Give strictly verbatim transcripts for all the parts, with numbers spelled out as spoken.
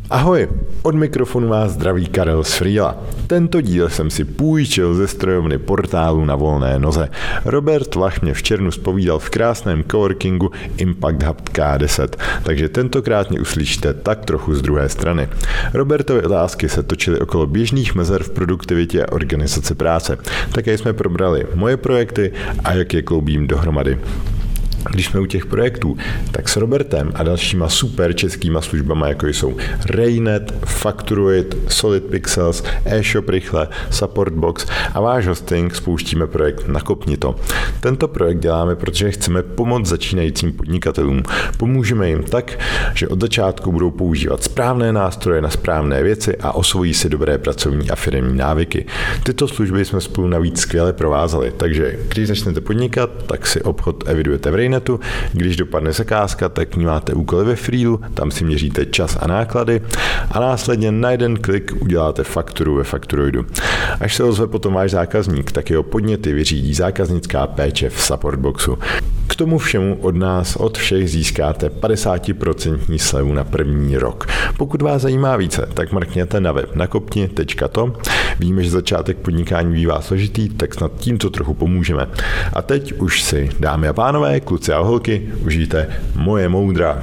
Ahoj, od mikrofonu vás zdraví Karel z Freela. Tento díl jsem si půjčil ze strojovny Portálu na volné noze. Robert Lach mě v červnu zpovídal v krásném coworkingu Impact Hub K deset, takže tentokrát mě uslyšíte tak trochu z druhé strany. Robertovy otázky se točily okolo běžných mezer v produktivitě a organizaci práce. Také jsme probrali moje projekty a jak je kloubím dohromady. Když jsme u těch projektů, tak s Robertem a dalšíma super českýma službama, jako jsou Raynet, Facturuit, Solid Pixels, e-shop Rychle, Supportbox a váš hosting spouštíme projekt Nakopni to. Tento projekt děláme, protože chceme pomoct začínajícím podnikatelům. Pomůžeme jim tak, že od začátku budou používat správné nástroje na správné věci a osvojí si dobré pracovní a firemní návyky. Tyto služby jsme spolu navíc skvěle provázali, takže když začnete podnikat, tak si obchod evidujete v Raynetu. Když dopadne zakázka, tak máte úkoly ve Freelu, tam si měříte čas a náklady a následně na jeden klik uděláte fakturu ve Facturuitu. Až se ozve potom váš zákazník, tak jeho podněty vyřídí zákaznická péče v Supportboxu. K tomu všemu od nás, od všech získáte padesát procent slevu na první rok. Pokud vás zajímá více, tak mrkněte na web nakopni tečka to. Víme, že začátek podnikání bývá složitý, tak snad tímto trochu pomůžeme. A teď už si, dámy a pánové, kluci a holky, užijte moje moudra.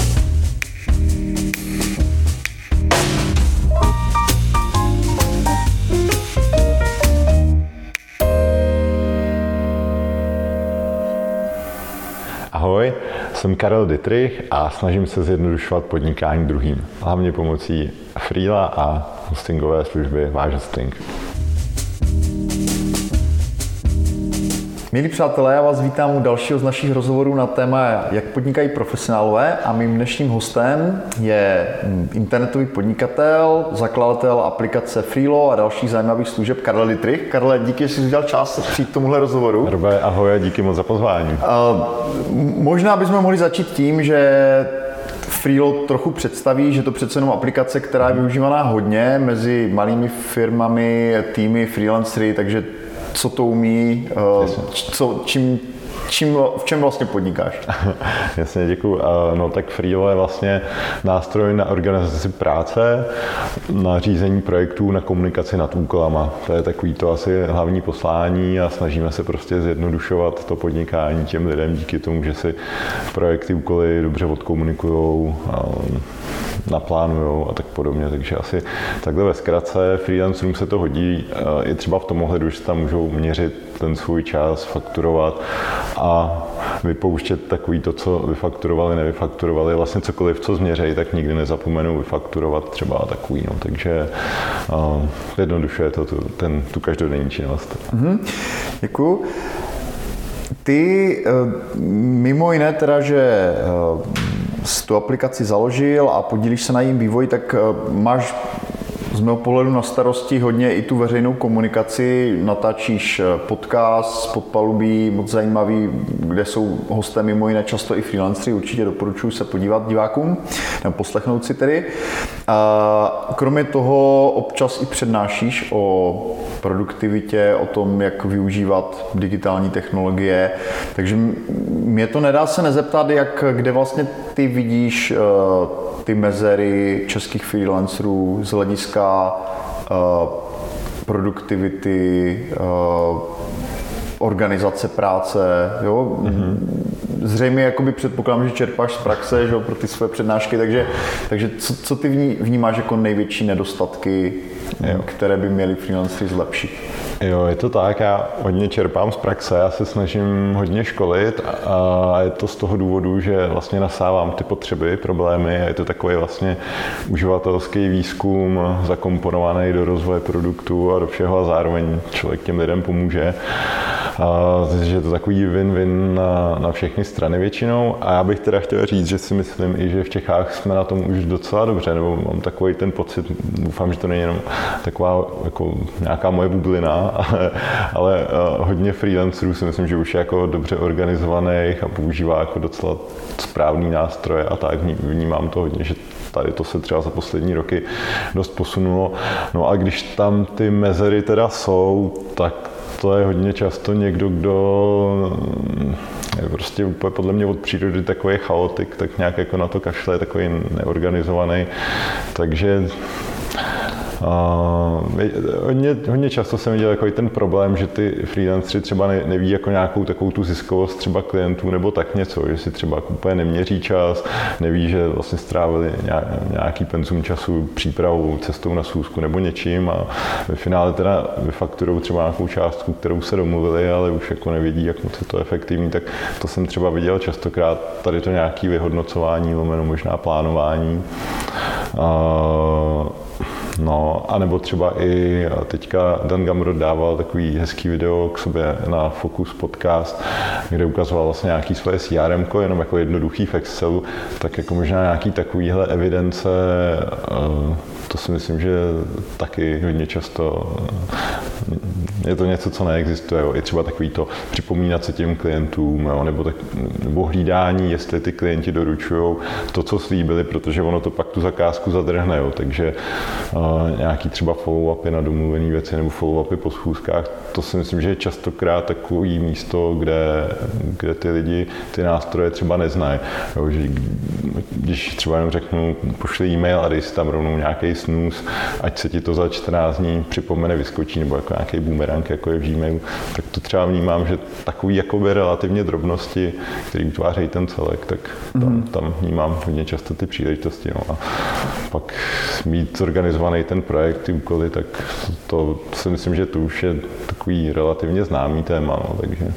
Ahoj, jsem Karel Dittrich a snažím se zjednodušovat podnikání druhým, hlavně pomocí Freela a hostingové služby Váš hosting. Milí přátelé, já vás vítám u dalšího z našich rozhovorů na téma, jak podnikají profesionálové, a mým dnešním hostem je internetový podnikatel, zakladatel aplikace Freelo a dalších zajímavých služeb Karel Dittrich. Karle, díky, že jsi udělal čas přijít k tomuhle rozhovoru. Robé, ahoj a díky moc za pozvání. Uh, možná bychom mohli začít tím, že Freelo trochu představí, že to přece jenom aplikace, která je využívaná hodně mezi malými firmami, týmy, freelancery, takže co to umí, co, čím, čím, v čem vlastně podnikáš? Jasně, děkuju. No tak Freelo je vlastně nástroj na organizaci práce, na řízení projektů, na komunikaci nad úkolama. To je takový to asi hlavní poslání a snažíme se prostě zjednodušovat to podnikání těm lidem díky tomu, že si projekty, úkoly dobře odkomunikujou, naplánujou a tak podobně, takže asi takhle ve zkratce. Freelancerům se to hodí i třeba v tom ohledu, že tam můžou měřit ten svůj čas, fakturovat a vypouštět takový to, co vyfakturovali, nevyfakturovali, vlastně cokoliv, co změřejí, tak nikdy nezapomenou vyfakturovat třeba takový, no, takže uh, jednodušuje to tu, ten, tu každodenní činnost. Mm-hmm. Děkuju. Ty mimo jiné teda, že jsi tu aplikaci založil a podílíš se na jejím vývoji, tak máš z mého pohledu na starosti hodně i tu veřejnou komunikaci, natáčíš podcast z Podpalubí, moc zajímavý, kde jsou hosté mimo jiné často i freelancery, určitě doporučuji se podívat divákům, nebo poslechnout si tedy. A kromě toho občas i přednášíš o produktivitě, o tom, jak využívat digitální technologie, takže mě to nedá se nezeptat, jak, kde vlastně ty vidíš ty mezery českých freelancerů z hlediska uh, produktivity, uh, organizace práce, jo? Mm-hmm. Zřejmě jakoby předpokládám, že čerpáš z praxe, že jo, pro ty své přednášky, takže, takže co, co ty vní, vnímáš jako největší nedostatky, jo, které by měli freelancery zlepšit? Jo, je to tak, já hodně čerpám z praxe, já se snažím hodně školit a je to z toho důvodu, že vlastně nasávám ty potřeby, problémy a je to takový vlastně uživatelský výzkum zakomponovaný do rozvoje produktu a do všeho a zároveň člověk těm lidem pomůže. A, takže je to takový win-win na, na všechny strany většinou a já bych teda chtěl říct, že si myslím i, že v Čechách jsme na tom už docela dobře, nebo mám takový ten pocit, doufám, že to není jenom taková jako nějaká moje bublina, ale, ale hodně freelancerů si myslím, že už je jako dobře organizovaných a používá jako docela správný nástroje a tak, vnímám to hodně, že tady to se třeba za poslední roky dost posunulo. No a když tam ty mezery teda jsou, tak to je hodně často někdo, kdo je prostě úplně podle mě od přírody takový chaotik, tak nějak jako na to kašle, takový neorganizovaný, takže Uh, hodně, hodně často jsem viděl jako ten problém, že ty freelanceri třeba ne, neví jako nějakou takovou tu ziskovost třeba klientů nebo tak něco, že si třeba úplně neměří čas, neví, že vlastně strávili nějaký penzum času přípravou, cestou na schůzku nebo něčím a ve finále teda vyfakturou třeba nějakou částku, kterou se domluvili, ale už jako nevědí, jak moc je to efektivní, tak to jsem třeba viděl častokrát, tady to nějaké vyhodnocování, lomeno možná plánování. Uh, No, anebo třeba i teďka Dan Gamrot dával takový hezký video k sobě na Focus podcast, kde ukazoval vlastně nějaký svoje C R M ko, jenom jako jednoduchý v Excelu, tak jako možná nějaký takovýhle evidence, to si myslím, že taky hodně často je to něco, co neexistuje. Jo. I třeba takový to připomínat se těm klientům, jo, nebo, tak, nebo hlídání, jestli ty klienti doručují to, co slíbili, protože ono to pak tu zakázku zadrhne. Jo. Takže uh, nějaký třeba follow-upy na domluvené věci nebo follow-upy po schůzkách, to si myslím, že je častokrát takový místo, kde, kde ty lidi ty nástroje třeba neznají. Jo, že když třeba jenom řeknu, pošli e-mail a dej si tam rovnou nějaký snooze, ať se ti to za čtrnáct dní připomene, vyskočí, nebo jako nějaký boomerang, jako je v Gmailu, tak to třeba vnímám, že takový jakoby relativně drobnosti, které utvářejí ten celek, tak tam, mm. tam vnímám hodně často ty příležitosti. No. A pak mít zorganizovaný ten projekt, ty úkoly, tak to, to si myslím, že to už je takový relativně známý téma, no, takže.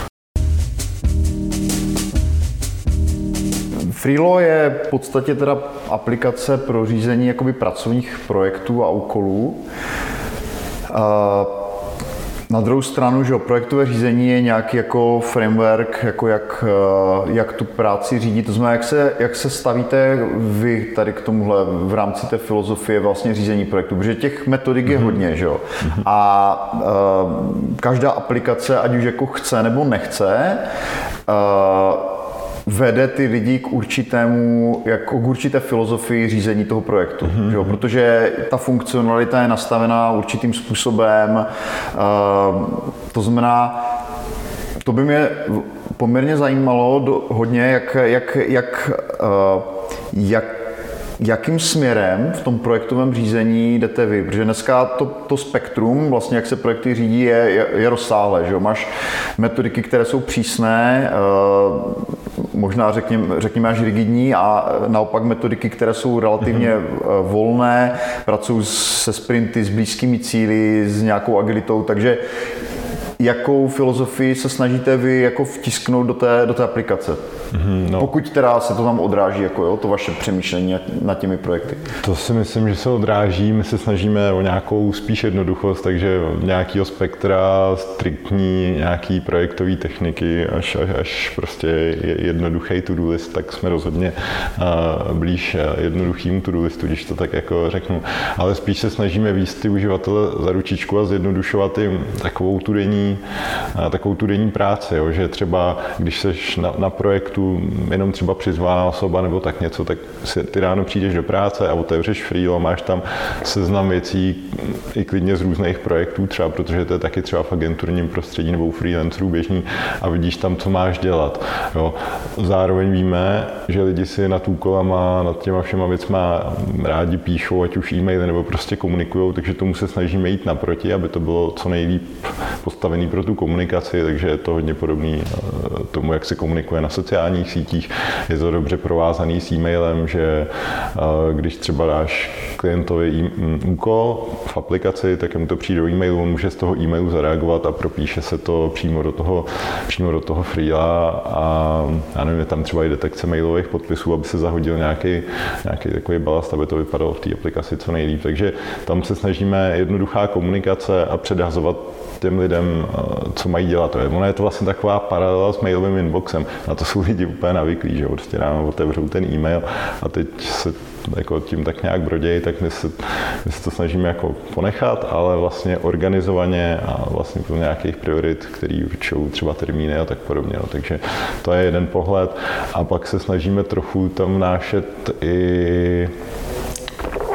Freelo je v podstatě teda aplikace pro řízení jakoby pracovních projektů a úkolů. Na druhou stranu, že projektové řízení je nějaký jako framework, jako jak, jak tu práci řídit. To znamená, jak se, jak se stavíte vy tady k tomuhle v rámci té filozofie vlastně řízení projektu, protože těch metodik je hodně, že jo. A uh, každá aplikace, ať už jako chce nebo nechce, uh, vede ty lidi k určitému, jako k určité filozofii řízení toho projektu, mm-hmm. že jo? Protože ta funkcionalita je nastavená určitým způsobem, uh, to znamená, to by mě poměrně zajímalo do, hodně, jak, jak, jak, uh, jak jakým směrem v tom projektovém řízení jdete vy, protože dneska to, to spektrum, vlastně jak se projekty řídí, je, je, je rozsáhlé, že jo? Máš metodiky, které jsou přísné, možná řekněme, řekněme až rigidní, a naopak metodiky, které jsou relativně mm-hmm. volné, pracují se sprinty, s blízkými cíli, s nějakou agilitou, takže jakou filozofii se snažíte vy jako vtisknout do té, do té aplikace? Mm, no. Pokud teda se to tam odráží, jako jo, to vaše přemýšlení nad těmi projekty. To si myslím, že se odráží. My se snažíme o nějakou spíš jednoduchost, takže nějakýho spektra, striktní nějaký projektový techniky, až, až, až prostě jednoduchý to-do list, tak jsme rozhodně uh, blíž jednoduchým to-do listu, když to tak jako řeknu. Ale spíš se snažíme víc ty uživatele za ručičku a zjednodušovat jim takovou tu denní, takovou tu denní práci, jo, že třeba když seš na, na projektu jenom třeba přizvaná osoba nebo tak něco, tak si, ty ráno přijdeš do práce a otevřeš Freelo, máš tam seznam věcí i klidně z různých projektů, třeba protože to je taky třeba v agenturním prostředí nebo u freelancerů běžný a vidíš tam, co máš dělat. Jo. Zároveň víme, že lidi si nad úkolama, nad těma všema věcma rádi píšou, ať už e-maily nebo prostě komunikujou, takže tomu se snažíme jít naproti, aby to bylo co nejlíp postavený pro tu komunikaci, takže je to hodně podobný tomu, jak se komunikuje na sociálních sítích. Je to dobře provázaný s e-mailem, že když třeba dáš klientovi úkol v aplikaci, tak mu to přijde do e-mailu, on může z toho e-mailu zareagovat a propíše se to přímo do toho, přímo do toho Freela a já nevím, je tam třeba i detekce mailových podpisů, aby se zahodil nějaký, nějaký takový balast, aby to vypadalo v té aplikaci co nejlíp. Takže tam se snažíme jednoduchá komunikace a předhazovat těm lidem, co mají dělat. Ono je to vlastně taková paralela s mailovým inboxem. Na to jsou lidi úplně navyklí, že prostě ráno otevřou ten e-mail a teď se jako tím tak nějak brodějí, tak my se, my se to snažíme jako ponechat, ale vlastně organizovaně a vlastně pro nějakých priorit, který určují třeba termíny a tak podobně. No. Takže to je jeden pohled. A pak se snažíme trochu tam vnášet i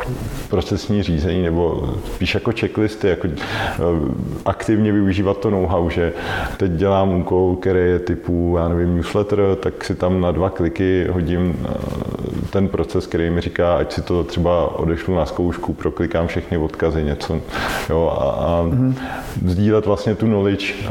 procesní řízení nebo spíš jako checklisty, jako aktivně využívat to know-how, že teď dělám úkol, který je typu, já nevím, newsletter, tak si tam na dva kliky hodím ten proces, který mi říká, ať si to třeba odešlu na zkoušku, proklikám všechny odkazy, něco. Jo, a, a mm-hmm. sdílet vlastně tu knowledge uh,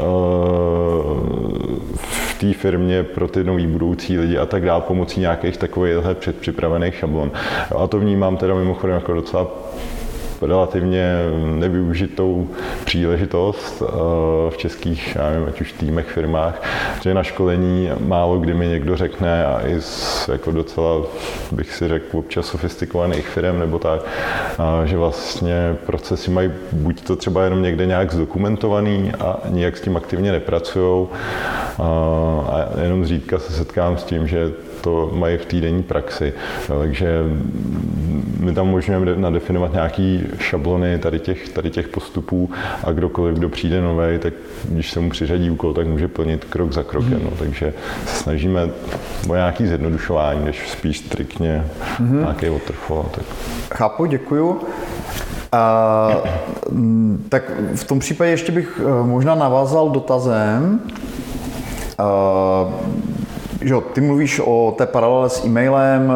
v té firmě pro ty nový budoucí lidi a tak dále pomocí nějakých takovýchhle předpřipravených šablon. Jo, a to vnímám teda mimochodem jako docela relativně nevyužitou příležitost v českých, já nevím, ať už týmech, firmách, že na školení málo kdy mi někdo řekne a i z jako docela, bych si řekl, občas sofistikovaných firm nebo tak, že vlastně procesy mají buď to třeba jenom někde nějak zdokumentovaný a nijak s tím aktivně nepracujou a jenom zřídka se setkám s tím, že to mají v týdenní praxi. Takže my tam můžeme nadefinovat nějaký šablony tady těch, tady těch postupů a kdokoliv, kdo přijde novej, tak když se mu přiřadí úkol, tak může plnit krok za krokem. Mm. No. Takže se snažíme o nějaký zjednodušování, než spíš striktně mm. nějaký waterfall. Tak. Chápu, děkuju. A, tak v tom případě ještě bych možná navázal dotazem. A, že jo, ty mluvíš o té paralele s e-mailem,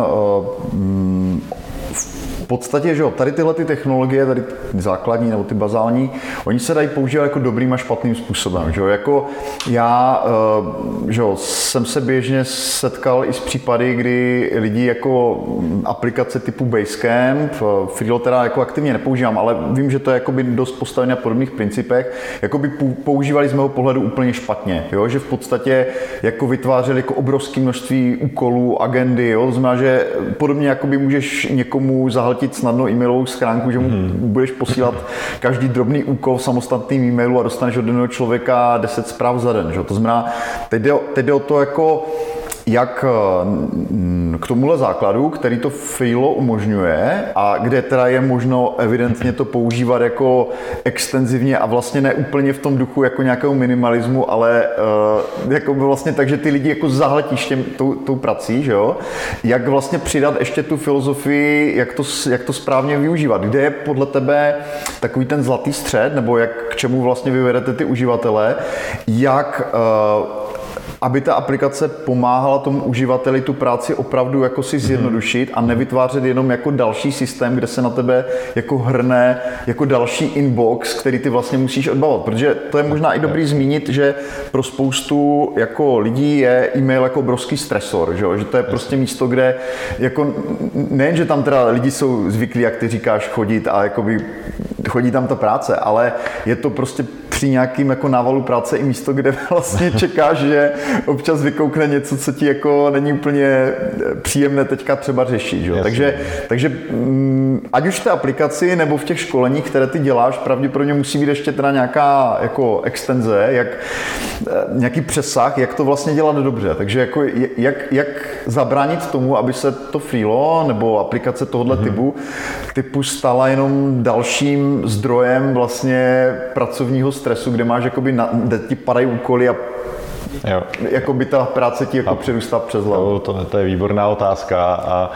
v podstatě, že jo, tady tyhle ty technologie, tady základní nebo ty bazální, oni se dají používat jako dobrým a špatným způsobem, že jo, jako já, že jo, jsem se běžně setkal i s případy, kdy lidi jako aplikace typu Basecamp, Freelo teda jako aktivně nepoužívám, ale vím, že to je jakoby dost postavené na podobných principech, jakoby používali z mého pohledu úplně špatně, jo, že v podstatě jako vytvářeli jako obrovské množství úkolů, agendy, jo, to znamená, že podobně jakoby můžeš někomu zahltit snadno e-mailovou schránku, že mu hmm. budeš posílat každý drobný úkol v samostatným e-mailu a dostaneš od jednoho člověka deset zpráv za den. Že? To znamená, teď jde, teď jde o to, jako, jak k tomuhle základu, který to Freelo umožňuje a kde teda je možno evidentně to používat jako extenzivně a vlastně ne úplně v tom duchu jako nějakého minimalismu, ale uh, jako vlastně tak, že ty lidi jako zahltíš těm, tou, tou prací, že jo? Jak vlastně přidat ještě tu filozofii, jak to, jak to správně využívat. Kde je podle tebe takový ten zlatý střed, nebo jak, k čemu vlastně vyvedete ty uživatele, jak uh, aby ta aplikace pomáhala tomu uživateli tu práci opravdu jako si zjednodušit a nevytvářet jenom jako další systém, kde se na tebe jako hrne jako další inbox, který ty vlastně musíš odbavovat. Protože to je možná i dobrý zmínit, že pro spoustu jako lidí je e-mail jako obrovský stresor, že, že to je prostě místo, kde jako nejen, že tam teda lidi jsou zvyklí, jak ty říkáš, chodit a jakoby chodí tam ta práce, ale je to prostě při nějakým jako návalu práce i místo, kde vlastně čekáš, že občas vykoukne něco, co ti jako není úplně příjemné teďka třeba řešit. Že? Takže, takže ať už v té aplikaci nebo v těch školeních, které ty děláš, pravděpodobně musí být ještě teda nějaká jako extenze, jak, nějaký přesah, jak to vlastně dělat dobře. Takže jako jak, jak zabránit tomu, aby se to Freelo nebo aplikace tohoto mm-hmm. typu, typu stala jenom dalším zdrojem vlastně pracovního stresu, kde máš jakoby, na, kde ti padají úkoly a jo. Jakoby ta práce ti jako přerůstá přes hlavu. To, to, to je výborná otázka a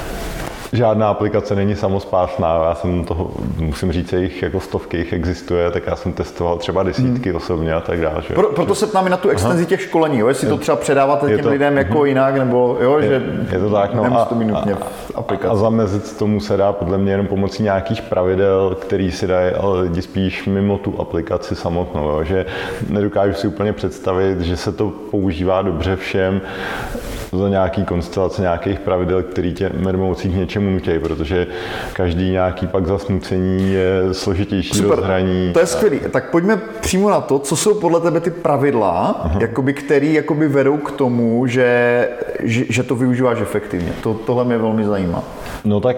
žádná aplikace není samospásná. Já jsem toho, musím říct, jich jako stovky jich existuje, tak já jsem testoval třeba desítky hmm. osobně a tak dále. Že? Pro, proto se ptám i na tu extenzi těch školení, jo? Jestli je, to třeba předáváte těm to, lidem jako uh-huh. jinak, nebo jo, je, že je to tak, no, nemusí to mít nutně v aplikaci. A zamezit tomu se dá podle mě jenom pomocí nějakých pravidel, který si dají ale lidi spíš mimo tu aplikaci samotnou, jo? Že nedokážu si úplně představit, že se to používá dobře všem za nějaký konstelace nějakých pravidel, který tě mermoucí k něčemu nutějí, protože každý nějaký pak zasnucení je složitější rozhraní. To je skvělý. Tak pojďme přímo na to, co jsou podle tebe ty pravidla, uh-huh. jakoby, který jakoby vedou k tomu, že, že, že to využíváš efektivně. To, tohle mě velmi zajímá. No tak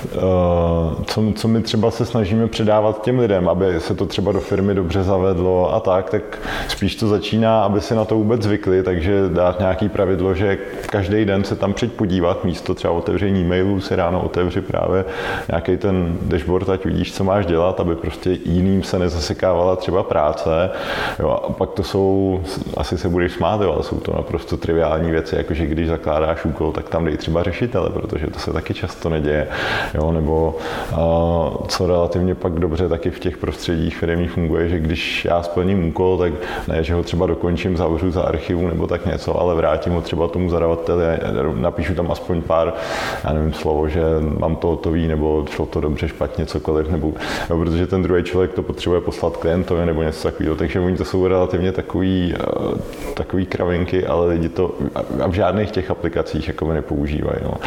Co, co my třeba se snažíme předávat těm lidem, aby se to třeba do firmy dobře zavedlo a tak, tak spíš to začíná, aby si na to vůbec zvykli, takže dát nějaký pravidlo, že každý den se tam přijď podívat, místo třeba otevření e-mailu si ráno otevři právě nějaký ten dashboard, ať vidíš, co máš dělat, aby prostě jiným se nezasekávala třeba práce. Jo, a pak to jsou, asi se budeš smát, jo, ale jsou to naprosto triviální věci, jakože když zakládáš úkol, tak tam dej třeba řešitele, protože to se taky často neděje. Jo, nebo uh, co relativně pak dobře taky v těch prostředích firemních funguje, že když já splním úkol, tak ne, že ho třeba dokončím, zavřu za archivu nebo tak něco, ale vrátím ho třeba tomu zadavateli, napíšu tam aspoň pár, já nevím, slovo, že mám to hotový, nebo šlo to dobře, špatně, cokoliv, nebo, jo, protože ten druhý člověk to potřebuje poslat klientovi nebo něco takového, takže oni to jsou relativně takový, takový kravinky, ale lidi to a v žádných těch aplikacích jako nepoužívají. No.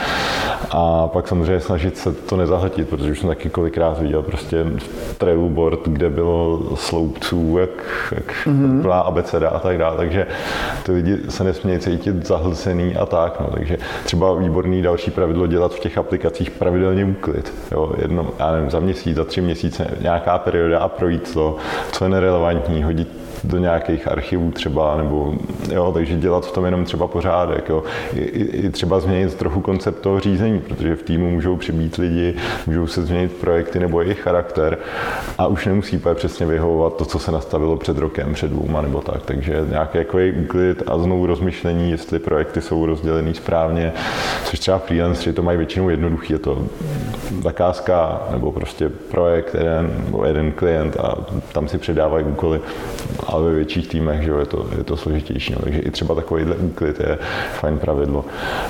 A pak samozřejmě snažit se to nezahltit, protože už jsem taky kolikrát viděl prostě trailboard, kde bylo sloupců, jak, jak mm-hmm. byla abeceda a tak dále, takže ty lidi se nesmějí cítit zahlcený a tak, no. Takže třeba výborný další pravidlo dělat v těch aplikacích pravidelně úklid. Jo. Jedno, já nevím, za měsíc, za tři měsíce, nějaká perioda a projít to, co je nerelevantní, hodit do nějakých archivů třeba, nebo jo, takže dělat v tom jenom třeba pořádek, jo. I, i třeba změnit trochu koncept toho řízení, protože v týmu můžou přibýt lidi, můžou se změnit projekty nebo jejich charakter a už nemusí úplně přesně vyhovovat to, co se nastavilo před rokem, před dvouma nebo tak, takže nějaký takový úklid a znovu rozmyšlení, jestli projekty jsou rozdělený správně, což třeba freelanceri to mají většinou jednoduchý, je to zakázka nebo prostě projekt, jeden, nebo jeden klient a tam si předávají úkoly, ale ve větších týmech, že jo, je to, je to složitější. No. Takže i třeba takovýhle úklid je fajn pravidlo.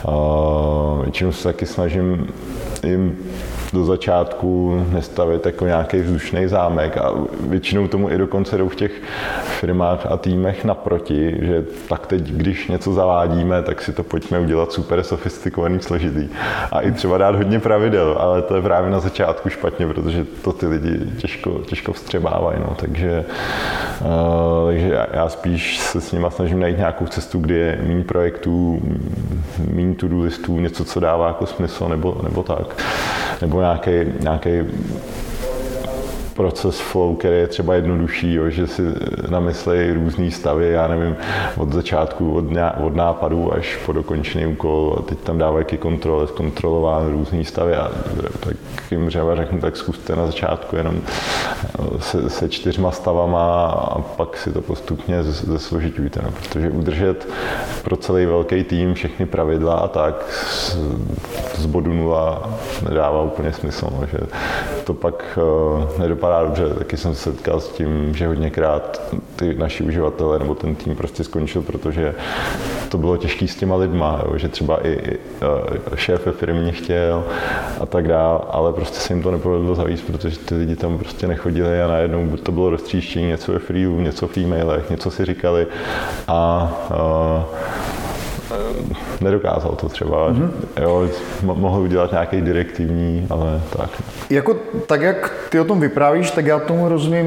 Uh, většinou se taky snažím jim do začátku nestavit jako nějaký vzdušný zámek a většinou tomu i dokonce jdou v těch firmách a týmech naproti, že tak teď, když něco zavádíme, tak si to pojďme udělat super sofistikovaný, složitý a i třeba dát hodně pravidel, ale to je právě na začátku špatně, protože to ty lidi těžko, těžko vstřebávají, no. takže, uh, takže já, já spíš se s nima snažím najít nějakou cestu, kdy je méně projektů, méně to-do listů, něco, co dává jako smysl nebo, nebo tak, nebo nějaký, nějaký proces flow, který je třeba jednodušší, jo, že si namyslejí různý stavy, já nevím, od začátku, od, ná, od nápadu až po dokončený úkol, teď tam dávají i kontrole, zkontrolován různý stavy a tak jim třeba řeknu, tak zkuste na začátku jenom se, se čtyřma stavama a pak si to postupně zesložitujte, no, protože udržet pro celý velký tým všechny pravidla a tak z, z bodu nula nedává úplně smysl, no, že to pak uh, nedopadá dobře, taky jsem se setkal s tím, že hodněkrát ty naši uživatelé nebo ten tým prostě skončil, protože to bylo těžké s těma lidma, jo, že třeba i, i šéf ve firmě chtěl a tak dále, ale prostě se jim to nepovedlo zavíc, protože ty lidi tam prostě nechodili a najednou to bylo roztříštění, něco ve freelu, něco v e-mailech, něco si říkali a uh, nedokázal to třeba, mm-hmm. jo, mohl udělat nějaký direktivní, ale tak. Jako, tak jak ty o tom vyprávíš, tak já tomu rozumím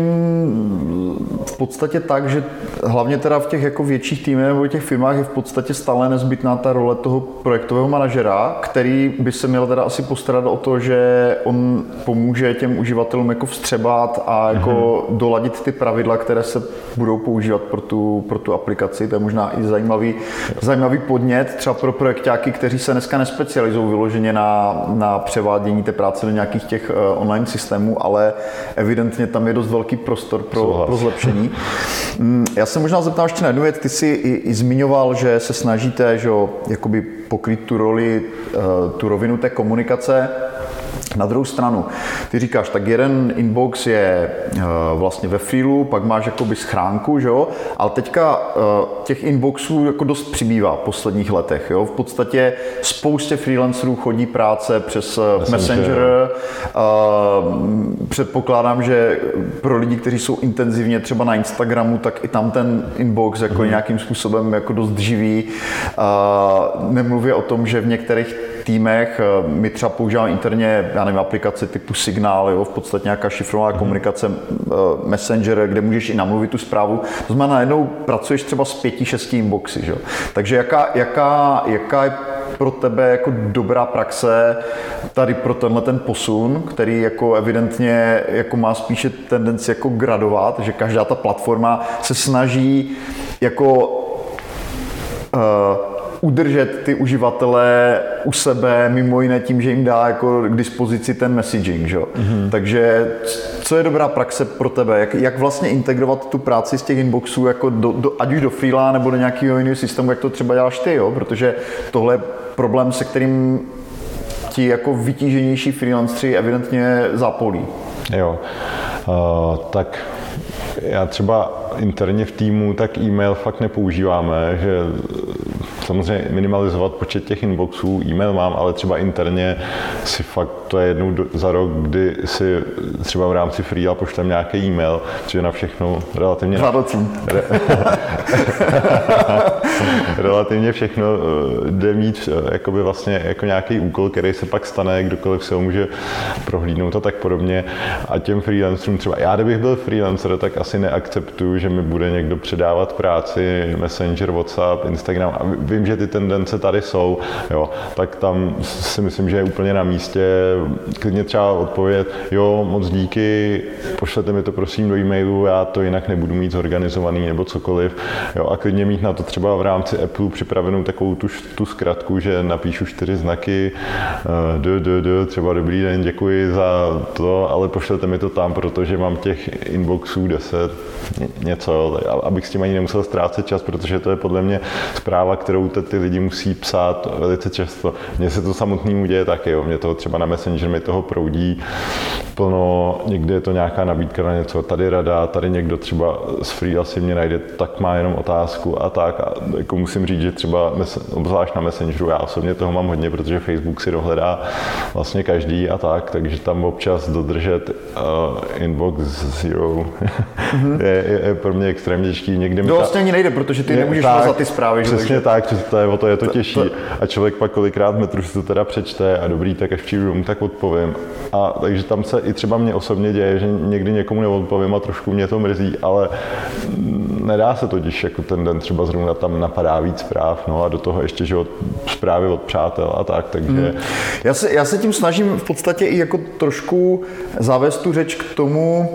v podstatě tak, že hlavně teda v těch jako větších týmech nebo v těch firmách je v podstatě stále nezbytná ta role toho projektového manažera, který by se měl teda asi postarat o to, že on pomůže těm uživatelům jako vstřebat a jako mm-hmm. doladit ty pravidla, které se budou používat pro tu, pro tu aplikaci. To je možná i zajímavý, zajímavý podnět třeba pro projekťáky, kteří se dneska nespecializují vyloženě na, na převádění té práce do nějakých těch uh, online systémů, ale evidentně tam je dost velký prostor pro, pro zlepšení. Já se možná zeptám ještě na jednu věc. Ty jsi i, i zmiňoval, že se snažíte, že jakoby pokrýt tu roli, uh, tu rovinu té komunikace. Na druhou stranu, ty říkáš, tak jeden inbox je uh, vlastně ve freelu, pak máš jakoby schránku, že jo? Ale teďka uh, těch inboxů jako dost přibývá v posledních letech, jo? V podstatě spoustě freelancerů chodí práce přes uh, Messenger. Messenger. Uh, předpokládám, že pro lidi, kteří jsou intenzivně třeba na Instagramu, tak i tam ten inbox jako hmm. nějakým způsobem jako dost živý. Uh, nemluvě o tom, že v některých týmech, my třeba používáme interně, já nevím, aplikace typu Signál, jo, v podstatě nějaká šifrovaná mm. komunikace, Messenger, kde můžeš i namluvit tu zprávu. To znamená, najednou pracuješ třeba s pěti, šesti inboxy, že? Takže jaká, jaká, jaká je pro tebe jako dobrá praxe tady pro tenhle ten posun, který jako evidentně jako má spíše tendenci jako gradovat, že každá ta platforma se snaží jako uh, udržet ty uživatele u sebe, mimo jiné tím, že jim dá jako k dispozici ten messaging, že? Mm-hmm. Takže co je dobrá praxe pro tebe? Jak, jak vlastně integrovat tu práci z těch inboxů jako do, do, ať už do freela nebo do nějakého jiného systému, jak to třeba děláš ty, jo? Protože tohle je problém, se kterým ti jako vytíženější freelanceri evidentně zápolí. Jo, uh, tak já třeba interně v týmu tak e-mail fakt nepoužíváme, že samozřejmě minimalizovat počet těch inboxů, e-mail mám, ale třeba interně si fakt, to je jednou za rok, kdy si třeba v rámci Freela pošlem nějaký e-mail, což je na všechno relativně... Re, relativně všechno jde mít jakoby vlastně jako nějaký úkol, který se pak stane, kdokoliv se ho může prohlídnout a tak podobně. A těm freelancerům třeba, já kdybych byl freelancer, tak asi neakceptuju, že mi bude někdo předávat práci, Messenger, WhatsApp, Instagram a vím, že ty tendence tady jsou, jo, tak tam si myslím, že je úplně na místě klidně třeba odpovědět, jo, moc díky, pošlete mi to prosím do e-mailu, já to jinak nebudu mít zorganizovaný nebo cokoliv, jo, a klidně mít na to třeba v rámci Apple připravenou takovou tu, tu zkratku, že napíšu čtyři znaky, d, d, d, třeba dobrý den, děkuji za to, ale pošlete mi to tam, protože mám těch inboxů deset, něco, abych s tím ani nemusel ztrácet čas, protože to je podle mě zpráva, kterou ty lidi musí psát velice často. Mně se to samotnému děje taky, jo. Mě toho třeba na Messenger mi toho proudí plno, někde je to nějaká nabídka na něco, tady rada, tady někdo třeba z Freela si mě najde, tak má jenom otázku a tak. A jako musím říct, že třeba obzvlášť na Messengeru, já osobně toho mám hodně, protože Facebook si dohledá vlastně každý a tak, takže tam občas dodržet uh, inbox zero mm-hmm. je, je, je pro mě extrémně těžký. Někde to vlastně ani nejde, protože ty je, nemůžeš za ty zprávy. Přesně že? Tak, že to je, o to je to těžší. To, to... A člověk pak kolikrát metru si to teda přečte a dobrý, tak až přijdu domů, tak odpovím. A takže tam se i třeba mě osobně děje, že někdy někomu neodpovím a trošku mě to mrzí, ale nedá se totiž jako ten den třeba zrovna tam napadá víc zpráv, no a do toho ještě, že od zprávy od přátel a tak, takže... Hmm. Já se, já se tím snažím v podstatě i jako trošku zavést tu řeč k tomu,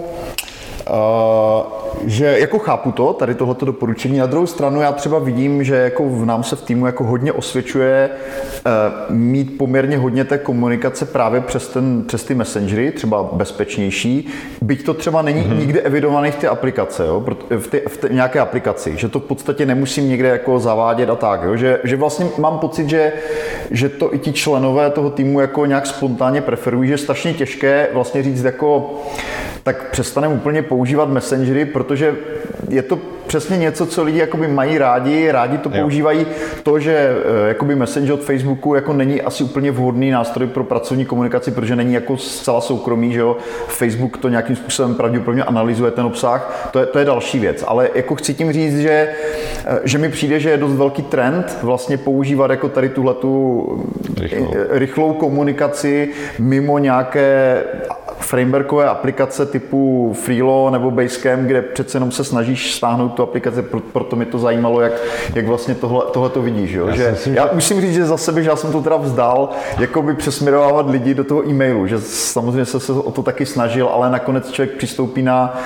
Uh, že jako chápu to, tady tohleto doporučení. Na druhou stranu já třeba vidím, že jako v nám se v týmu jako hodně osvědčuje uh, mít poměrně hodně té komunikace právě přes, ten, přes ty messengery, třeba bezpečnější, byť to třeba není mm-hmm. nikde evidovaný v té aplikace, jo, v, ty, v ty, nějaké aplikaci, že to v podstatě nemusím někde jako zavádět a tak, jo, že, že vlastně mám pocit, že, že to i ti členové toho týmu jako nějak spontánně preferují, že je strašně těžké vlastně říct jako tak přestaneme úplně používat messengery, protože je to přesně něco, co lidi jakoby mají rádi, rádi to jo. používají. To, že jakoby Messenger od Facebooku jako není asi úplně vhodný nástroj pro pracovní komunikaci, protože není jako zcela soukromý, že jo. Facebook to nějakým způsobem pravděpodobně analyzuje ten obsah, to je, to je další věc. Ale jako chci tím říct, že, že mi přijde, že je dost velký trend vlastně používat jako tady tuhletu rychlou, rychlou komunikaci mimo nějaké frameworkové aplikace typu Freelo nebo Basecamp, kde přece jenom se snažíš stáhnout tu aplikaci, proto mi to zajímalo, jak, jak vlastně tohle, tohle to vidíš. Jo? Já, že, myslím, já že... musím říct, že za sebe, že já jsem to teda vzdal, jakoby přesměrovávat lidi do toho e-mailu, že samozřejmě se, se o to taky snažil, ale nakonec člověk přistoupí na,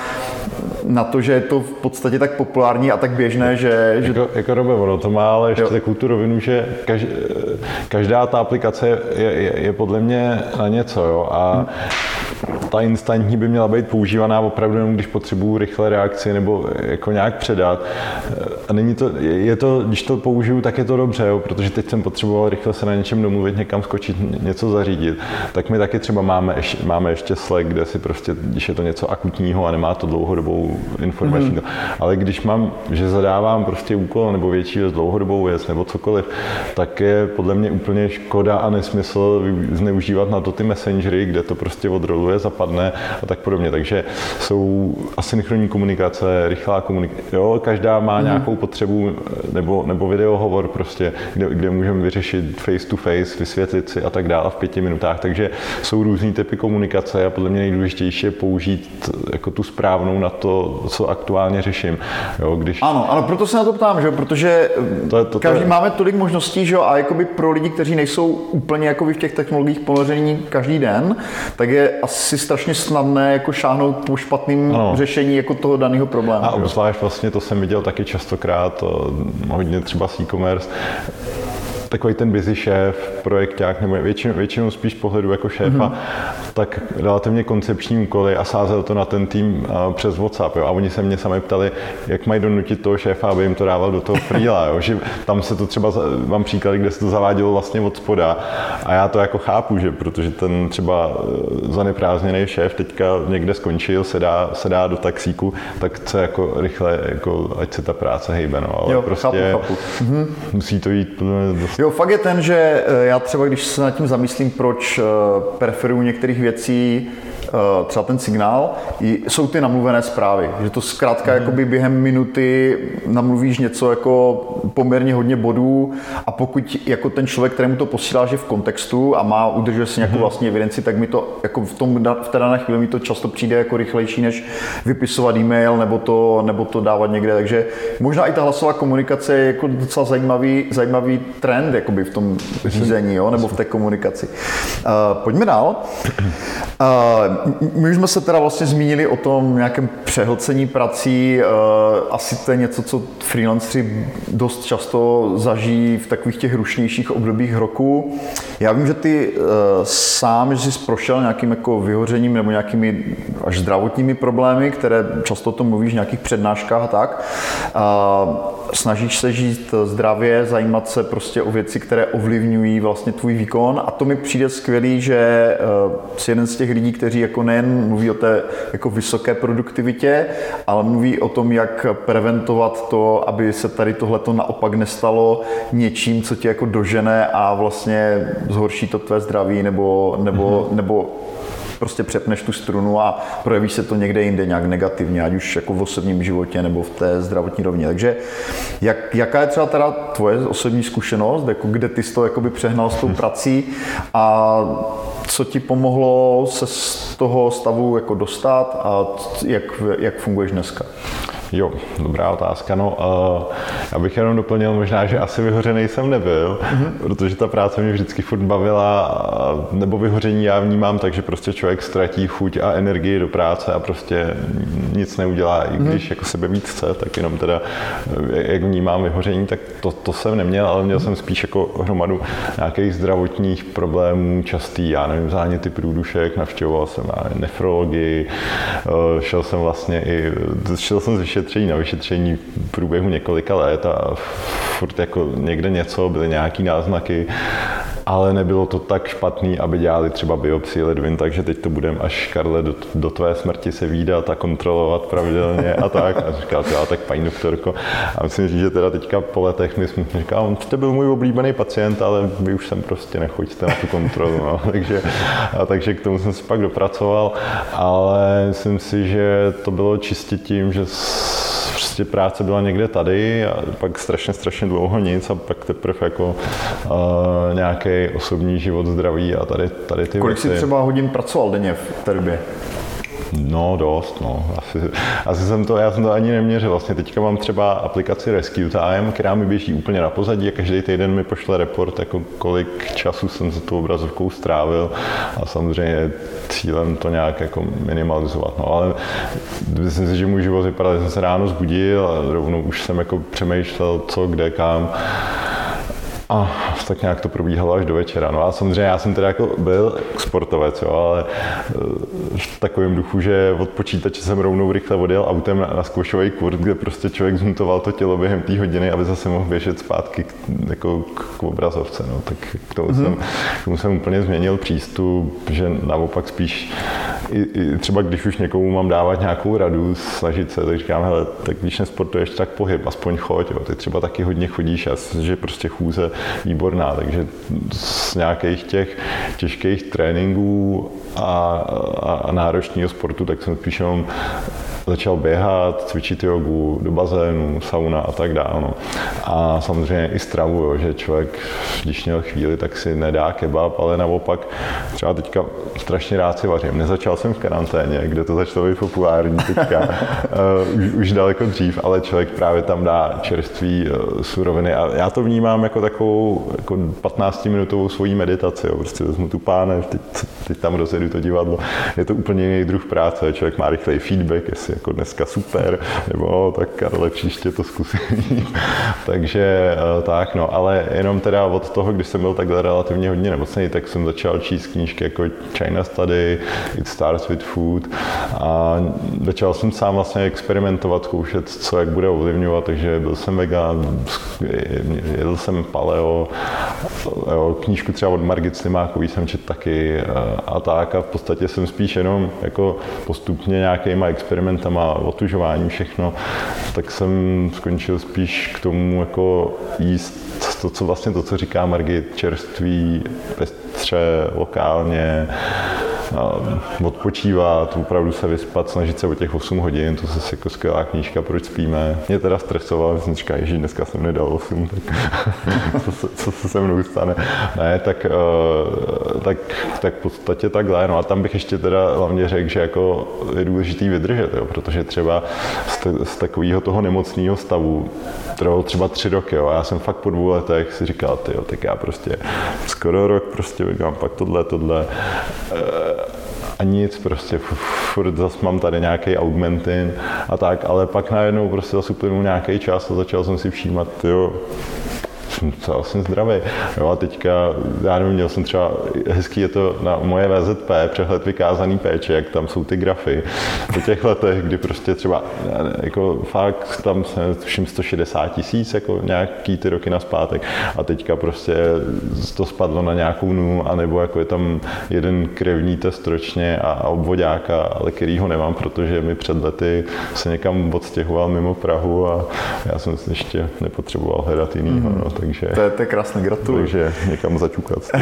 na to, že je to v podstatě tak populární a tak běžné, že... že... Jako, jako Robe, ono to má, ale ještě takovou tu rovinu, že kaž, každá ta aplikace je, je, je podle mě na něco, jo, a hmm. ta instantní by měla být používaná opravdu jenom, když potřebuju rychle reakci nebo jako nějak předat. A není to, je to, když to použiju, tak je to dobře, jo, protože teď jsem potřeboval rychle se na něčem domluvit, někam skočit, něco zařídit. Tak my taky třeba máme, máme ještě Slack, kde si prostě, když je to něco akutního a nemá to dlouhodobou informační. Mm-hmm. Ale když mám, že zadávám prostě úkol nebo větší věc, dlouhodobou věc nebo cokoliv, tak je podle mě úplně škoda a nesmysl zneužívat na to ty messengery, kde to prostě odroluje, zapadne a tak podobně. Takže jsou asynchronní komunikace, rychlá komunikace. Jo, každá má mm. nějakou potřebu nebo, nebo videohovor prostě, kde, kde můžeme vyřešit face to face, vysvětlit si a tak dále v pěti minutách. Takže jsou různý typy komunikace a podle mě nejdůležitější je použít jako tu správnou na to, co aktuálně řeším. Jo, když... Ano, ale proto se na to ptám, že? Protože to je, to, každý to je... máme tolik možností, že? A jakoby pro lidi, kteří nejsou úplně jakoby v těch technologiích ponoření každý den, tak je asi strašně snadné jako šáhnout po špatným ano. řešení jako toho daného problému. A obzvlášť vlastně to jsem viděl taky častokrát, hodně třeba s e-commerce, takový ten busy šéf, projekták, nebo většinou, většinou spíš pohledu jako šéfa, mm-hmm. tak relativně koncepční úkoly a sázel to na ten tým uh, přes WhatsApp. Jo. A oni se mě sami ptali, jak mají donutit toho šéfa, aby jim to dával do toho freela. Jo. Že tam se to třeba, mám příklady, kde se to zavádělo vlastně od spoda. A já to jako chápu, že protože ten třeba zaneprázdněný šéf teďka někde skončil, se dá, se dá do taxíku, tak chce jako rychle, jako, ať se ta práce hejbe. No. Ale jo, prostě chápu, chápu. musí to jít dost... Jo, fakt je ten, že já třeba, když se nad tím zamyslím, proč preferuju některých věcí, třeba ten signál, jsou ty namluvené zprávy. Že to zkrátka mm. jakoby během minuty namluvíš něco jako poměrně hodně bodů a pokud jako ten člověk, kterému to posíláš, je v kontextu a má, udržuje si nějakou vlastní evidenci, tak mi to jako v, tom, v té dané chvíli mi to často přijde jako rychlejší, než vypisovat e-mail nebo to, nebo to dávat někde. Takže možná i ta hlasová komunikace je jako docela zajímavý, zajímavý trend jakoby v tom řízení, jo, nebo v té komunikaci. Uh, pojďme dál. Uh, My už jsme se teda vlastně zmínili o tom nějakém přehlcení prací. Asi to je něco, co freelanceri dost často zažijí v takových těch rušnějších obdobích roku. Já vím, že ty sám, že jsi prošel nějakým jako vyhořením nebo nějakými až zdravotními problémy, které často o tom mluvíš v nějakých přednáškách a tak. Snažíš se žít zdravě, zajímat se prostě o věci, které ovlivňují vlastně tvůj výkon a to mi přijde skvělý, že jsi jeden z těch lidí, kteří jako nejen mluví o té jako vysoké produktivitě, ale mluví o tom, jak preventovat to, aby se tady tohleto naopak nestalo něčím, co tě jako dožene a vlastně zhorší to tvé zdraví nebo, nebo, mm-hmm. nebo prostě přepneš tu strunu a projeví se to někde jinde nějak negativně, ať už jako v osobním životě nebo v té zdravotní rovině. Takže jak, jaká je třeba teda tvoje osobní zkušenost, jako kde ty jsi to jakoby přehnal s tou prací a co ti pomohlo se z toho stavu jako dostat a jak, jak funguješ dneska? Jo, dobrá otázka. No, uh, já bych jenom doplnil možná, že asi vyhořený jsem nebyl, mm-hmm. protože ta práce mě vždycky furt bavila, nebo vyhoření já vnímám tak, že prostě člověk ztratí chuť a energii do práce a prostě nic neudělá, i když mm-hmm. jako sebe víc chce, tak jenom teda, jak vnímám vyhoření, tak to, to jsem neměl, ale měl jsem spíš jako hromadu nějakých zdravotních problémů častý, já nevím, záněty průdušek, navštěvoval jsem nefrologii, šel jsem vlastně i, šel jsem ze vyšetření na vyšetření v průběhu několika let a furt jako někde něco, byly nějaký náznaky, ale nebylo to tak špatný, aby dělali třeba biopsii ledvin, takže teď to budeme až, Karle, do, do tvé smrti se vídat a kontrolovat pravidelně a tak. A říkal, já tak paní doktorko. A musím říct, že teda teďka po letech mi říkal, on jste byl můj oblíbený pacient, ale vy už sem prostě nechoďte na tu kontrolu. No. takže, a takže k tomu jsem se pak dopracoval, ale myslím si, že to bylo čistě tím, že prostě práce byla někde tady a pak strašně, strašně dlouho nic a pak teprve jako uh, nějaký osobní život, zdraví a tady, tady ty Kolik věci. jsi třeba hodin pracoval denně v té době? No dost, no. Asi, asi jsem to, já jsem to ani neměřil. Vlastně teďka mám třeba aplikaci Rescue Time, která mi běží úplně na pozadí a každý týden mi pošle report, jako kolik času jsem se tou obrazovkou strávil a samozřejmě cílem to nějak jako minimalizovat. No, ale myslím si, že můj život vypadal, že jsem se ráno zbudil a rovnou už jsem jako přemýšlel, co, kde, kam. A tak nějak to probíhalo až do večera. No a samozřejmě já jsem teda jako byl sportovec, jo, ale v takovém duchu, že od počítače jsem rovnou rychle odjel autem na, na squashový kurz, kde prostě člověk zmutoval to tělo během té hodiny, aby zase mohl běžet zpátky k, jako k, k obrazovce. No. Tak k tomu, mm-hmm. jsem, k tomu jsem úplně změnil přístup, že naopak spíš i, i třeba když už někomu mám dávat nějakou radu, snažit se, tak říkám, hele, tak když nesportuješ, tak pohyb, aspoň choď, jo. Ty třeba taky hodně chodíš a že prostě chůze výborná, takže z nějakých těch těžkých tréninků a, a, a náročného sportu, tak jsem spíš jenom začal běhat, cvičit jogu, do bazénu, sauna a tak dále. No. A samozřejmě i stravu, jo, že člověk, když měl chvíli, tak si nedá kebab, ale naopak třeba teďka strašně rád si vařím. Nezačal jsem v karanténě, kde to začalo být populární teďka, uh, už, už daleko dřív, ale člověk právě tam dá čerství uh, suroviny a já to vnímám jako takovou jako patnáctiminutovou svoji meditaci. Jo. Prostě vezmu tu pánev, teď, teď tam rozjedu to divadlo. Je to úplně jiný druh práce, člověk má rychlej feedback, jestli jako dneska super, nebo no, tak Karle, příště to zkusím. Takže tak, no, ale jenom teda od toho, když jsem byl takhle relativně hodně nemocný, tak jsem začal číst knížky jako China Study, It Starts with Food a začal jsem sám vlastně experimentovat, zkoušet, co jak bude ovlivňovat, takže byl jsem vegan, jedl jsem paleo, jo, knížku třeba od Margit Slimákový jsem četl taky a tak a v podstatě jsem spíš jenom jako postupně nějakýma experimentama, otužováním všechno, tak jsem skončil spíš k tomu jako jíst to, co vlastně to, co říká Margit, čerství, pestře, lokálně, odpočívat, opravdu se vyspat, snažit se o těch osm hodin, to je jako skvělá knížka, proč spíme. Mě teda stresoval, jsem říkal, ježíš, dneska jsem nedal osm, tak co, se, co se se mnou stane. Ne, tak, tak, tak v podstatě takhle, no a tam bych ještě teda hlavně řekl, že jako je důležitý vydržet, jo, protože třeba z, z takového toho nemocného stavu trvalo třeba tři roky, jo, a já jsem fakt po dvou letech si říkal, tyjo, tak já prostě skoro rok prostě vydělám pak tohle, tohle, a nic, prostě furt zase mám tady nějaký Augmentin a tak, ale pak najednou prostě zase uplynul nějaký čas a začal jsem si všímat, jo, jsem celá jsem zdravý. Jo, a teďka, já nevím, měl jsem třeba, hezký je to na moje V Z P, přehled vykázaný péče, jak tam jsou ty grafy. Po těch letech, kdy prostě třeba, jako fakt tam jsem tuším sto šedesát tisíc, jako nějaký ty roky nazpátek. A teďka prostě to spadlo na nějakou nulu, anebo jako je tam jeden krevní test ročně a obvoďáka, ale kterýho nemám, protože mi před lety se někam odstěhoval mimo Prahu a já jsem ještě nepotřeboval hledat jinýho. Mm. No, takže, to, je, to je krásné, gratuluju. Takže někam začukat. uh,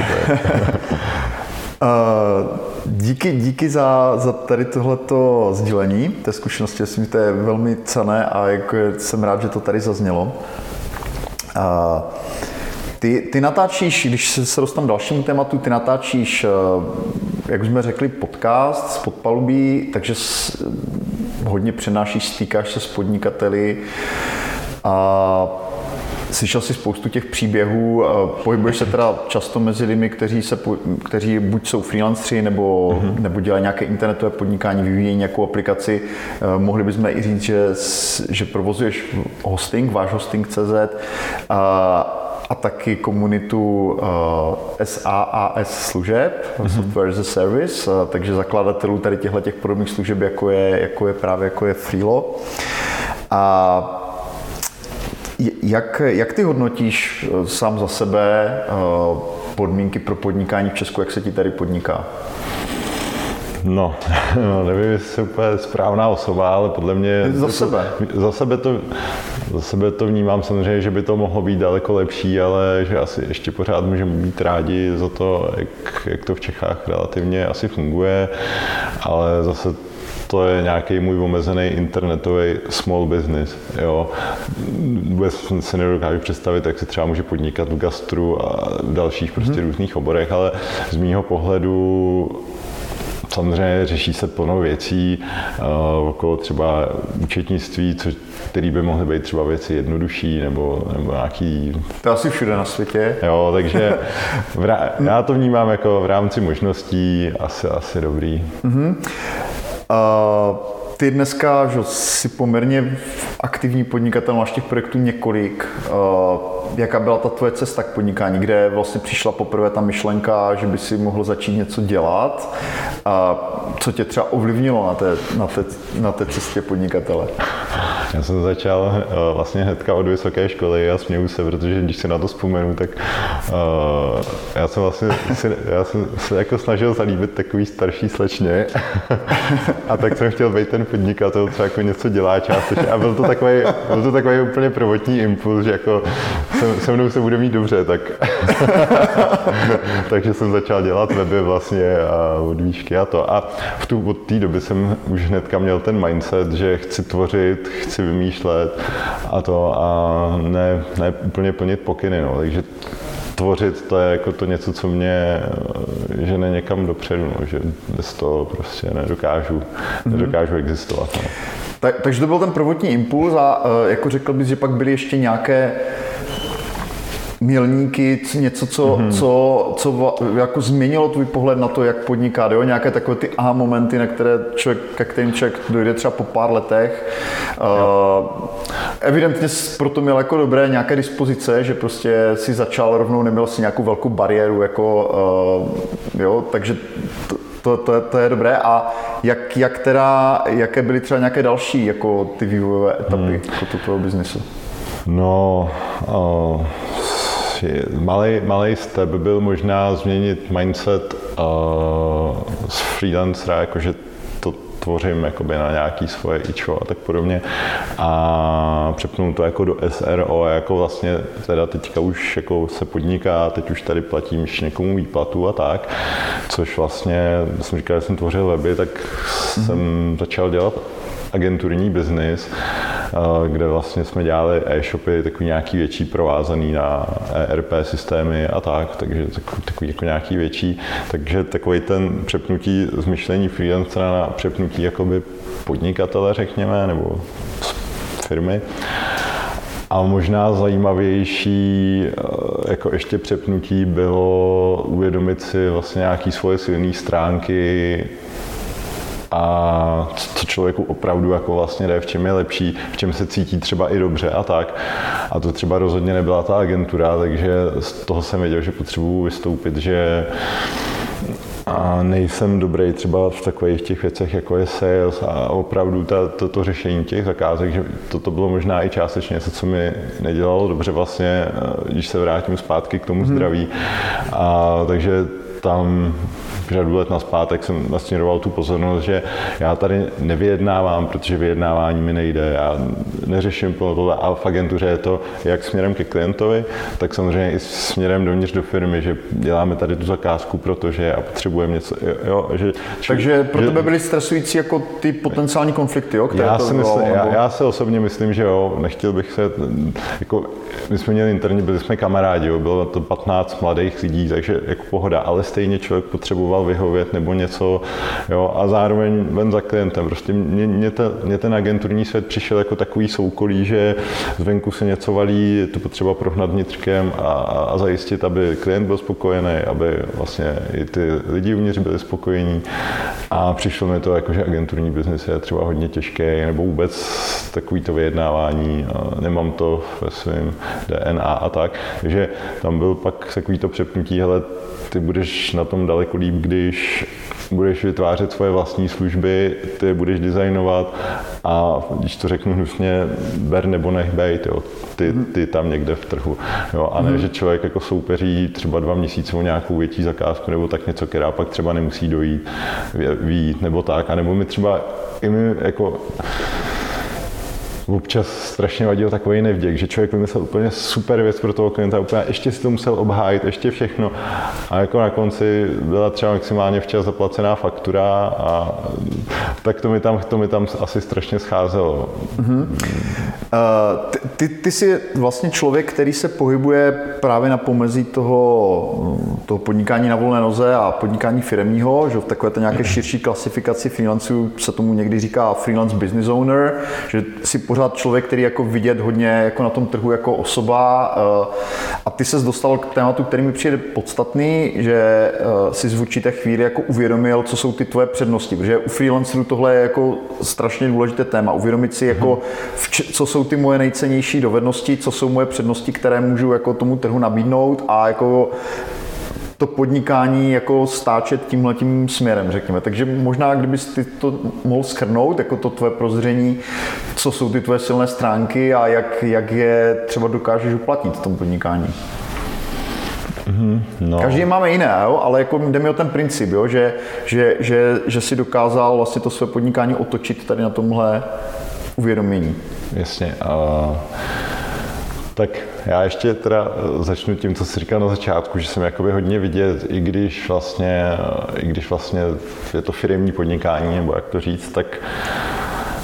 díky, díky za, za tady tohleto sdílení té zkušenosti, myslím, že to je velmi cenné a jako jsem rád, že to tady zaznělo. Uh, ty, ty natáčíš, když se dostanu k dalšímu tématu, ty natáčíš, jak už jsme řekli, podcast z podpalubí, takže hodně přenášíš, stýkáš se s podnikateli a slyšel jsi spoustu těch příběhů, pohybuješ se teda často mezi lidmi, kteří, se, kteří buď jsou freelanceri, nebo, mm-hmm. nebo dělají nějaké internetové podnikání, vyvíjejí nějakou aplikaci. Mohli bychom i říct, že, že provozuješ hosting, váš hosting tečka cé zet a, a taky komunitu uh, SaaS služeb, mm-hmm. Software as a Service, uh, takže zakladatelů tady těchto těch podobných služeb, jako je, jako je právě jako je Freelo. A Jak, jak ty hodnotíš sám za sebe podmínky pro podnikání v Česku, jak se ti tady podniká? No, no nevím, jestli jsem úplně správná osoba, ale podle mě... Za to, sebe? Za sebe, to, za sebe to vnímám samozřejmě, že by to mohlo být daleko lepší, ale že asi ještě pořád můžeme být rádi za to, jak, jak to v Čechách relativně asi funguje, ale zase to je nějaký můj omezený internetový small business, jo. Vůbec se nedokážu představit, jak se třeba může podnikat v gastru a v dalších prostě hmm. různých oborech, ale z mýho pohledu samozřejmě řeší se plno věcí uh, okolo třeba účetnictví, co, který by mohly být třeba věci jednodušší nebo, nebo nějaký... To je asi všude na světě. Jo, takže rá... já to vnímám jako v rámci možností asi, asi dobrý. Mm-hmm. Uh, ty dneska že, jsi poměrně aktivní podnikatel, máš těch projektů několik. Uh, jaká byla ta tvoje cesta k podnikání? Kde vlastně přišla poprvé ta myšlenka, že by si mohl začít něco dělat? A co tě třeba ovlivnilo na té, na té, na té cestě podnikatele? Já jsem začal uh, vlastně hnedka od vysoké školy a směju se, protože když se na to vzpomenu, tak uh, já jsem vlastně si, já jsem se jako snažil zalíbit takový starší slečně a tak jsem chtěl být ten podnikatel, co jako něco dělá částečně a byl to takový, byl to takový úplně prvotní impuls, že jako se, se mnou se bude mít dobře, tak takže jsem začal dělat weby vlastně a od výšky a to a v tu, od té doby jsem už hnedka měl ten mindset, že chci tvořit, chci vymýšlet a to a ne, ne úplně plnit pokyny, no. Takže tvořit to je jako to něco, co mě žene někam dopředu, no. Že bez toho prostě nedokážu, mm-hmm. nedokážu existovat. No. Tak, takže to byl ten prvotní impuls a jako řekl bys, že pak byly ještě nějaké milníky, něco, co, mm-hmm. co, co jako změnilo tvůj pohled na to, jak podnikat, jo? Nějaké takové ty aha momenty, na které člověk, ke kterým člověk dojde třeba po pár letech. Uh, evidentně proto měl jako dobré nějaké dispozice, že prostě si začal rovnou, neměl si nějakou velkou bariéru, jako, uh, jo? Takže to, to, to, to je dobré. A jak, jak teda, jaké byly třeba nějaké další jako ty vývojové etapy hmm. jako toho biznesu? No, uh... Malý, malý step byl možná změnit mindset uh, z freelancera, jakože to tvořím jakoby na nějaký svoje ičo a tak podobně a přepnout to jako do S R O, jako vlastně teda teďka už jako se podniká, teď už tady platím někomu výplatu a tak, což vlastně, jsem říkal, že jsem tvořil weby, tak mm-hmm. jsem začal dělat agenturní biznis, kde vlastně jsme dělali e-shopy, takový nějaký větší provázaný na E R P systémy a tak, takže takový, takový jako nějaký větší, takže takový ten přepnutí z myšlení freelancera na přepnutí jakoby podnikatele, řekněme, nebo firmy. A možná zajímavější jako ještě přepnutí bylo uvědomit si vlastně nějaké svoje silné stránky a co člověku opravdu jako vlastně jde, v čem je lepší, v čem se cítí třeba i dobře a tak. A to třeba rozhodně nebyla ta agentura, takže z toho jsem věděl, že potřebuji vystoupit, že a nejsem dobrý třeba v takových těch věcech, jako je sales a opravdu ta, to, to řešení těch zakázek, že to, to bylo možná i částečně něco, co mi nedělalo dobře vlastně, když se vrátím zpátky k tomu zdraví. A takže tam řadu let nazpátek jsem nasměroval tu pozornost, že já tady nevyjednávám, protože vyjednávání mi nejde, já neřeším tohle a v agentuře je to jak směrem ke klientovi, tak samozřejmě i směrem dovnitř do firmy, že děláme tady tu zakázku, protože a potřebujeme něco, jo, že... Takže pro tebe byly stresující jako ty potenciální konflikty, jo, které já to si bylo, myslím, nebo... já, já se osobně myslím, že jo, nechtěl bych se, jako, my jsme měli interní, byli jsme kamarádi, jo, bylo to patnáct mladých lidí, takže jako pohoda, ale stejně člověk potřeboval vyhovět nebo něco, jo, a zároveň ven za klientem. Prostě mě, mě, ta, mě ten agenturní svět přišel jako takový soukolí, že zvenku se něco valí, je to potřeba prohnat vnitřkem a, a zajistit, aby klient byl spokojený, aby vlastně i ty lidi uvnitř byli spokojení. A přišlo mi to jako, že agenturní biznis je třeba hodně těžký, nebo vůbec takovýto vyjednávání, nemám to ve svém D N A a tak. Takže tam byl pak takovýto přepnutí, hele, ty budeš na tom daleko líp, když budeš vytvářet svoje vlastní služby, ty je budeš designovat a když to řeknu hnusně, ber nebo nech bejt, jo, ty, ty tam někde v trhu. Jo, a ne, že člověk jako soupeří třeba dva měsíce o nějakou větší zakázku nebo tak něco, která pak třeba nemusí dojít, vyjít nebo tak, a nebo mi třeba i mi jako občas strašně vadil takový nevděk, že člověk vymyslel úplně super věc pro toho klienta, úplně ještě si to musel obhájit, ještě všechno. A jako na konci byla třeba maximálně včas zaplacená faktura a tak to mi tam, to mi tam asi strašně scházelo. Mm-hmm. Uh, ty, ty, ty jsi vlastně člověk, který se pohybuje právě na pomezí toho, toho podnikání na volné noze a podnikání firemního, že v takové té nějaké širší klasifikaci freelanců se tomu někdy říká freelance business owner, že si pořád člověk, který jako vidět hodně jako na tom trhu jako osoba, a ty ses dostal k tématu, který mi přijde podstatný, že si v určité chvíli jako uvědomil, co jsou ty tvoje přednosti, protože u freelancerů tohle je jako strašně důležité téma, uvědomit si jako, co jsou ty moje nejcennější dovednosti, co jsou moje přednosti, které můžu jako tomu trhu nabídnout a jako to podnikání jako stáčet tímhletím směrem, řekněme. Takže možná, kdybys ty to mohl shrnout, jako to tvoje prozření, co jsou ty tvoje silné stránky a jak, jak je třeba dokážeš uplatnit v tom podnikání. Mm, no. Každý máme jiné, jo? Ale jako jde mi o ten princip, jo? Že, že, že, že si dokázal vlastně to své podnikání otočit tady na tomhle uvědomění. Jasně. Uh... Tak já ještě teda začnu tím, co jsi říkal na začátku, že jsem jakoby hodně vidět, i když vlastně, i když vlastně je to firemní podnikání, nebo jak to říct, tak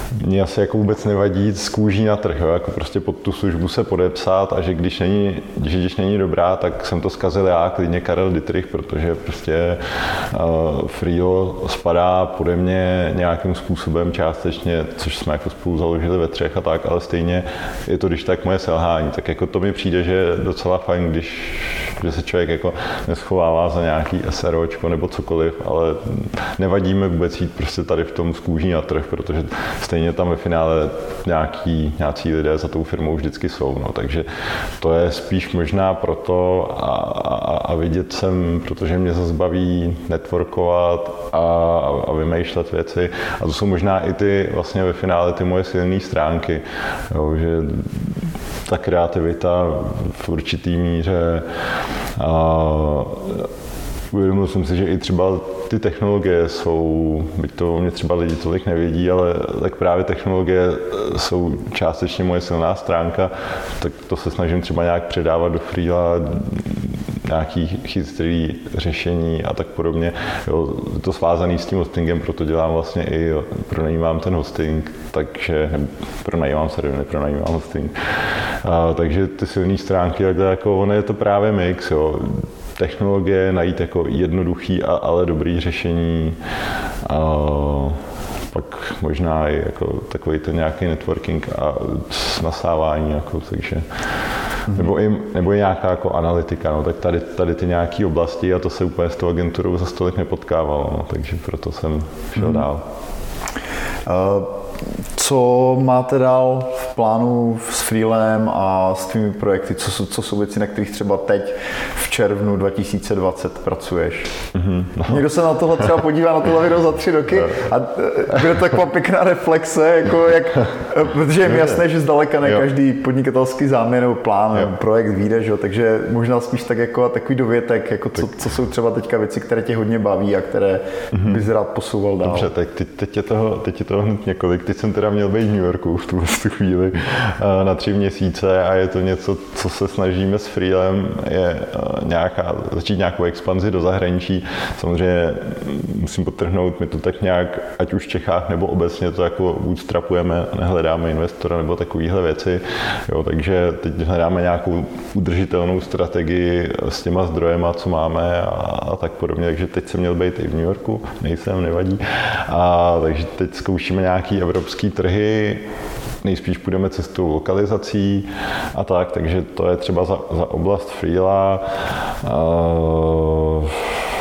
mě asi jako vůbec nevadí z kůží na trh, jo? Jako prostě pod tu službu se podepsat a že když není, že když není dobrá, tak jsem to zkazil já, klidně Karel Dittrich, protože prostě uh, Freelo spadá pode mě nějakým způsobem částečně, což jsme jako spolu založili ve třech a tak, ale stejně je to když tak moje selhání, tak jako to mi přijde, že je docela fajn, když že se člověk jako neschovává za nějaký SROčko nebo cokoliv, ale nevadíme vůbec jít prostě tady v tom z kůží na trh, protože stejně tam ve finále nějaký, nějací lidé za tou firmou vždycky jsou, no, takže to je spíš možná proto a, a, a vidět jsem, protože mě zase baví networkovat a, a vymýšlet věci a to jsou možná i ty vlastně ve finále ty moje silné stránky, jo, že ta kreativita v určitý míře a uvědomil jsem si, že i třeba ty technologie jsou, byť to o mě třeba lidi tolik nevědí, ale tak právě technologie jsou částečně moje silná stránka, tak to se snažím třeba nějak předávat do Freela, nějaký chytrý řešení a tak podobně. Jo, je to svázaný s tím hostingem, proto dělám vlastně i, pronajímám ten hosting, takže pronajímám se, nepronajímám hosting. A, takže ty silné stránky, jako ono je to právě mix, jo. Technologie, najít jako jednoduchý, a, ale dobrý řešení. A pak možná i jako takový ten nějaký networking a nasávání, jako, takže mm-hmm. nebo, i, nebo i nějaká jako analytika, no, tak tady, tady ty nějaké oblasti a to se úplně s tou agenturou za stolik nepotkávalo, no, takže proto jsem šel mm-hmm. dál. Uh... Co máte dál v plánu s Freelem a s tvými projekty? Co jsou, co jsou věci, na kterých třeba teď v červnu dva tisíce dvacet pracuješ? Mm-hmm. No. Někdo se na tohle třeba podívá na tohle video za tři roky a bude to taková pěkná reflexe, jako jak, protože je mi jasné, že zdaleka ne každý podnikatelský záměr nebo plán, nebo projekt vyjde, že? Takže možná spíš tak jako takový dovětek, jako co, co jsou třeba teďka věci, které tě hodně baví a které mm-hmm. bys rád posouval dál. Dobře, tak teď, teď, je toho, teď je toho hned několik. Teď jsem teda měl být v New Yorku v tu, v tu chvíli na tři měsíce a je to něco, co se snažíme s Freelem, je nějaká, začít nějakou expanzi do zahraničí. Samozřejmě musím podtrhnout, my to tak nějak, ať už v Čechách nebo obecně to jako bootstrapujeme, nehledáme investora nebo takovéhle věci. Jo, takže teď hledáme nějakou udržitelnou strategii s těma zdrojema, co máme a, a tak podobně. Takže teď jsem měl být i v New Yorku, nejsem, nevadí. A takže teď zkoušíme nějaký evropský trhy, nejspíš půjdeme cestou lokalizací a tak, takže to je třeba za, za oblast Freela. Uh,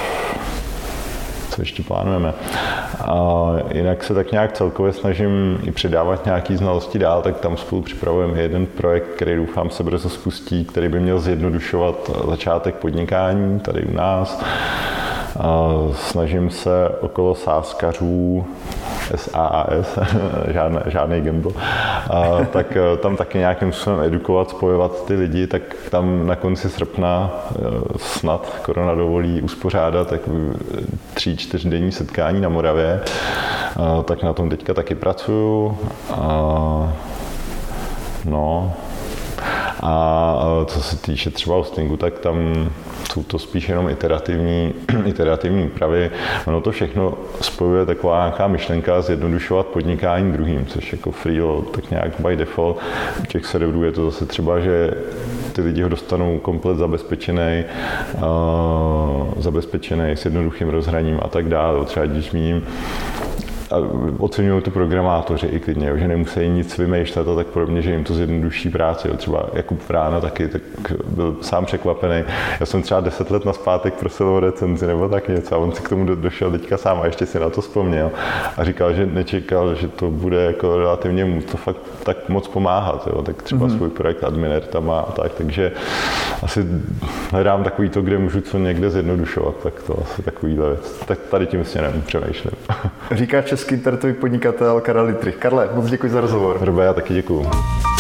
co ještě plánujeme. A jinak se tak nějak celkově snažím i předávat nějaké znalosti dál, tak tam spolu připravujeme jeden projekt, který doufám se brzo spustí, který by měl zjednodušovat začátek podnikání tady u nás. A snažím se okolo sáskařů, S A A S, žádný, žádný gamble, a tak tam taky nějakým způsobem edukovat, spojovat ty lidi, tak tam na konci srpna snad korona dovolí uspořádat tak tři, čtyřdenní setkání na Moravě, a tak na tom teďka taky pracuju. A no. A co se týče třeba hostingu, tak tam jsou to spíš jenom iterativní, iterativní úpravy. Ono to všechno spojuje taková nějaká myšlenka zjednodušovat podnikání druhým, což jako Freelo tak nějak by default. U těch serverů je to zase třeba, že ty lidi ho dostanou komplet zabezpečený, uh, zabezpečený s jednoduchým rozhraním a tak dále. Třeba když zmíním, a oceňují to programátoři i klidně, že nemusí nic vymýšlet a tak podobně, že jim to zjednoduší práci. Třeba Jakub Vrána taky tak byl sám překvapený. Já jsem třeba deset let nazpátek prosil o recenzi nebo tak něco a on si k tomu do, došel teďka sám a ještě si na to vzpomněl a říkal, že nečekal, že to bude jako relativně mu to fakt tak moc pomáhat. Jo. Tak třeba mm-hmm. svůj projekt Adminer tam má a tak, takže asi hledám takový to, kde můžu co někde zjednodušovat, tak to asi takovýhle věc. Tak tady tím směrem přemýšlím. Říká český internetový podnikatel Karel Dittrich. Karle, moc děkuji za rozhovor. Robe, já taky děkuju.